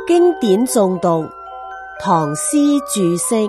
經典誦讀，唐詩注釋。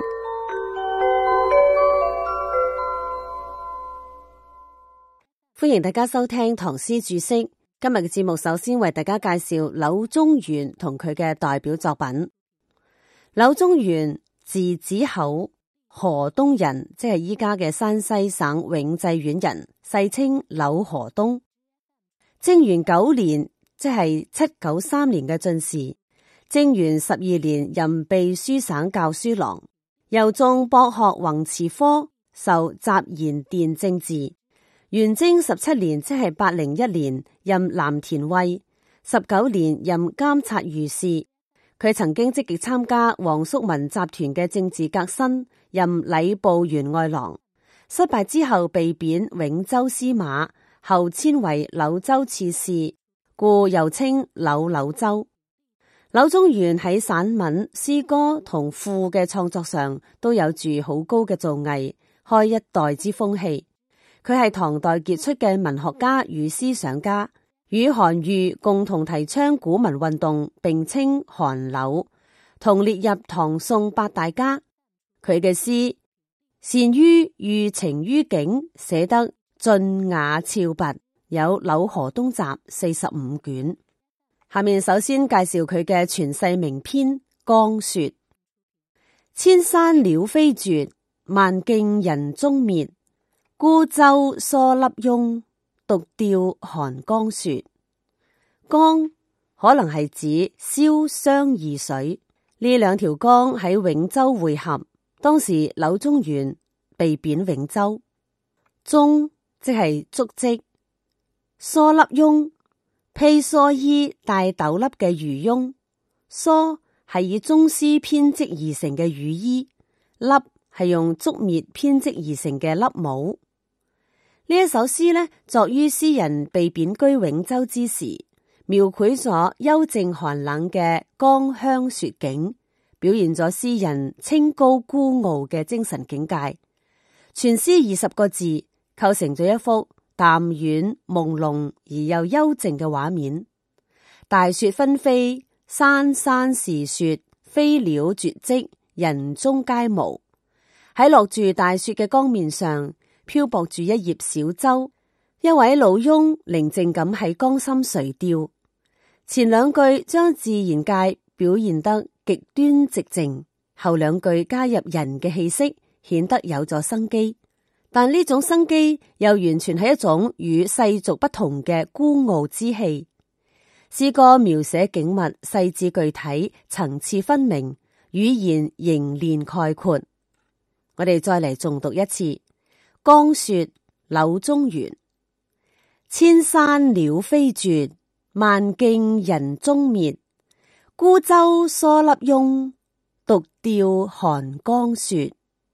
歡迎大家收聽唐詩注釋。今日嘅節目首先為大家介紹柳宗元同佢嘅代表作品。柳宗元字子厚，河東人，即係依家嘅山西省永濟縣人，世稱柳河東。貞元9年，即係793年嘅進士。貞元12年任秘書省校書郎，又中博學宏詞科，授集言殿正字。元貞17年，即係801年任藍田尉，19年任監察御史。佢曾經積極參加黃叔文集團嘅政治革新，任禮部員外郎。失敗之後被貶永州司馬，後遷為柳州刺史，故又稱柳州。柳宗元喺散文、詩歌同賦嘅創作上都有住好高嘅造詣，開一代之風氣。佢係唐代傑出嘅文學家與思想家，與韓愈共同提倡古文運動，並稱韓柳，同列入唐宋八大家。佢嘅詩善於寓情於景，寫得俊雅峭拔，有《柳河東集》45卷。下面首先介紹佢嘅傳世名篇《江雪》。千山鳥飛絕，萬徑人蹤滅。孤舟蓑笠翁，獨釣寒江雪。江可能係指瀟湘二水，呢兩條江喺永州匯合，當時柳宗元被貶永州。蹤即係足跡，蓑笠翁披蓑衣戴斗笠嘅漁翁，蓑係以棕絲編織而成嘅雨衣，笠係用竹篾編織而成嘅笠帽。呢一首詩呢，作於詩人被貶居永州之時，描繪咗幽靜寒冷嘅江鄉雪景，表現咗詩人清高孤傲嘅精神境界。全詩20個字，構成咗一幅淡遠朦朧而又幽靜嘅畫面。大雪紛飛，山山是雪，飛鳥絕迹，人蹤皆無。喺落住大雪嘅江面上，漂泊住一葉小舟，一位老翁寧靜咁喺江心垂釣。前兩句將自然界表現得極端寂靜，後兩句加入人嘅氣息，顯得有咗生機。但呢種生機又完全係一種與世俗不同嘅孤傲之氣。詩歌描寫景物細緻具體，層次分明，語言凝練概括。我哋再嚟重讀一次《江雪》，柳宗元。千山鳥飛絕，萬徑人蹤滅。孤舟蓑笠翁，獨釣寒江雪。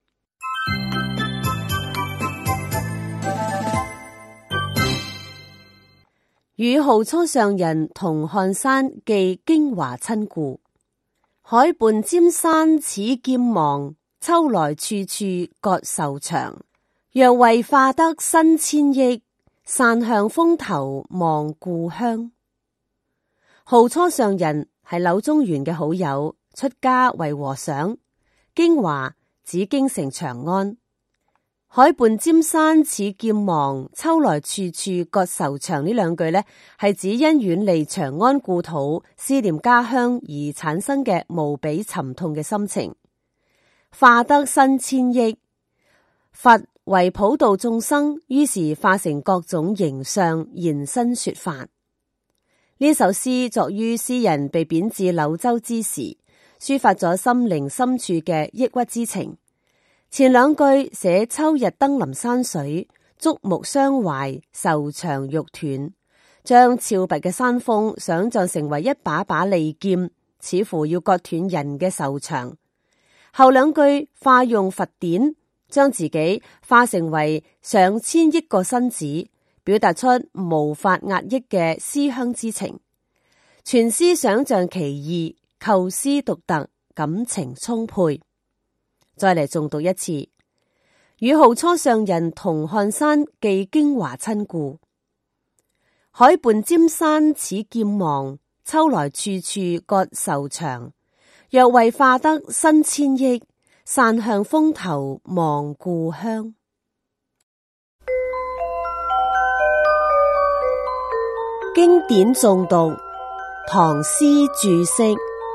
與號初上人同漢山寄京華親故。海畔尖山似劍芒，秋來處處覺愁長。若為化得新千億，散向風頭望故鄉。號初上人係柳宗元嘅好友，出家為和尚。京華指京城長安。海畔尖山似劍芒，秋來處處覺愁長，呢兩句呢，係指因遠離長安故土，思念家鄉而產生嘅無比沉痛嘅心情。化得新千億，佛為普度眾生，於是化成各種形象，現身說法。呢首詩作於詩人被貶至柳州之時，抒發咗心靈深處嘅抑鬱之情。前兩句寫秋日登臨山水，觸目傷懷，愁腸欲斷，將峭拔嘅山峰想象成為一把把利劍，似乎要割斷人嘅愁腸。後兩句化用佛典，將自己化成為上千億個身子，表達出無法壓抑嘅思鄉之情。全詩想象奇異，構思獨特，感情充沛。再嚟重讀一次。與號初上人同漢山寄京華親故。海畔尖山似劍芒， 秋來處處割愁腸。若為化得新千億，散向風頭望故鄉。經典誦讀，唐詩注釋。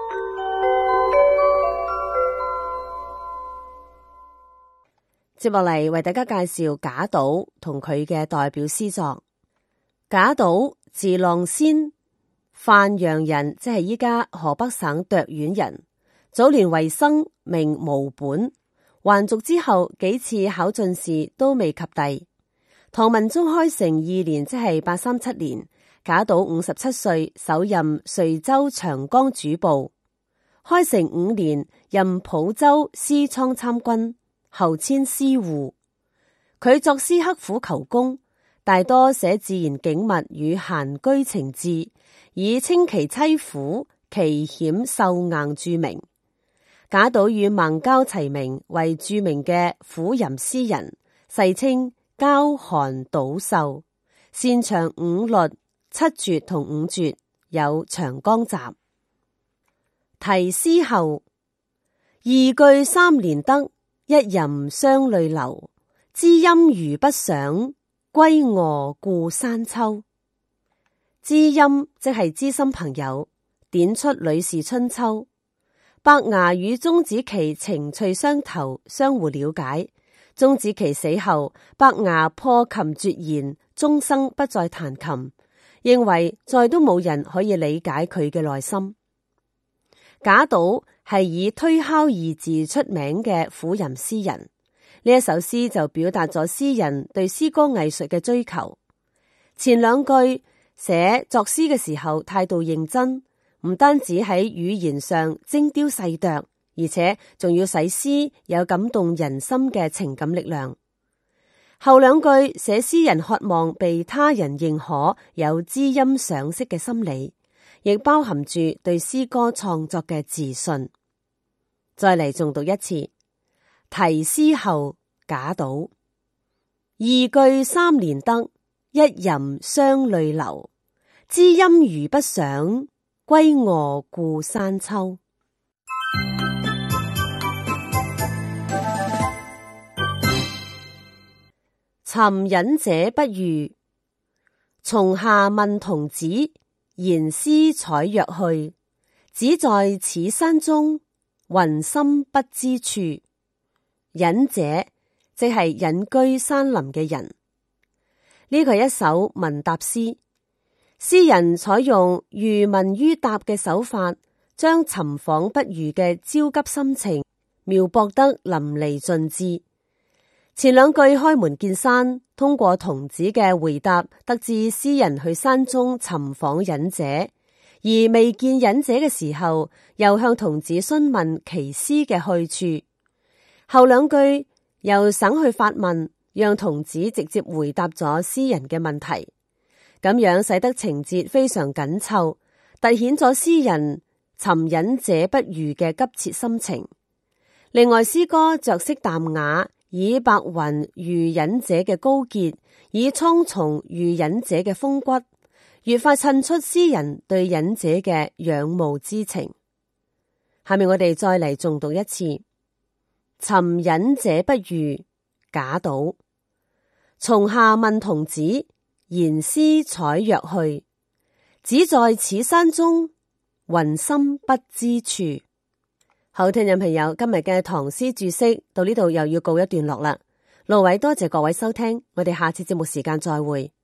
接落嚟為大家介紹賈島同佢嘅代表詩作。賈島字浪仙，范陽人，即係依家河北省涿縣人。早年為生，名無本。還俗之後幾次考進士都未及第。唐文宗開成2年，即係837年，賈島57歲，首任隨州長江主簿。開成5年，任蒲州司倉參軍，後遷司戶。佢作詩刻苦求工，大多寫自然景物與閒居情致，以清奇淒苦、奇險秀硬著名。賈島與孟郊齊名，為著名嘅苦吟詩人，世稱郊寒島秀，擅長5律、7絕同5絕，有長江集。題詩後，二句3連得，一吟雙淚流。知音如不想，歸臥故山秋。知音即係知心朋友，點出呂氏春秋。伯牙與鐘子期情趣相投，相互了解。鐘子期死後，伯牙破琴絕言，終生不再彈琴，認為再都冇人可以理解佢嘅內心。賈島係以推敲二字出名嘅苦吟詩人，呢一首詩就表達咗詩人對詩歌藝術嘅追求。前兩句寫作詩嘅時候態度認真，唔單止喺語言上精雕細琢，而且仲要使詩有感動人心嘅情感力量。後兩句寫詩人渴望被他人認可，有知音賞識嘅心理，亦包含住對詩歌創作嘅自信。再嚟重讀一次。題詩後，賈島。二句3連得，一吟雙淚流。知音如不想，歸臥故山秋。尋隱者不遇。松下問童子，言師採藥去。只在此山中，雲深不知處。隱者即係隱居山林嘅人。呢個係一首問答詩，詩人採用寓問於答嘅手法，將尋訪不遇嘅焦急心情描摹得淋漓盡致。前兩句開門見山，通過童子嘅回答，得知詩人去山中尋訪隱者，而未見隱者嘅時候，又向童子詢問其詩嘅去處。後兩句又省去發問，讓童子直接回答咗詩人嘅問題，咁樣使得情節非常緊湊，凸顯咗詩人尋隱者不遇嘅急切心情。另外，詩歌着色淡雅，以白雲喻隱者嘅高潔，以蒼松喻隱者嘅風骨，越發襯出詩人對隱者嘅仰慕之情。下面我哋再嚟重讀一次。尋隱者不遇，賈島。松下問童子，言師採藥去。只在此山中，雲深不知處。好，聽眾朋友，今日嘅唐詩注釋到呢度又要告一段落啦。盧偉多謝各位收聽，我哋下次節目時間再會。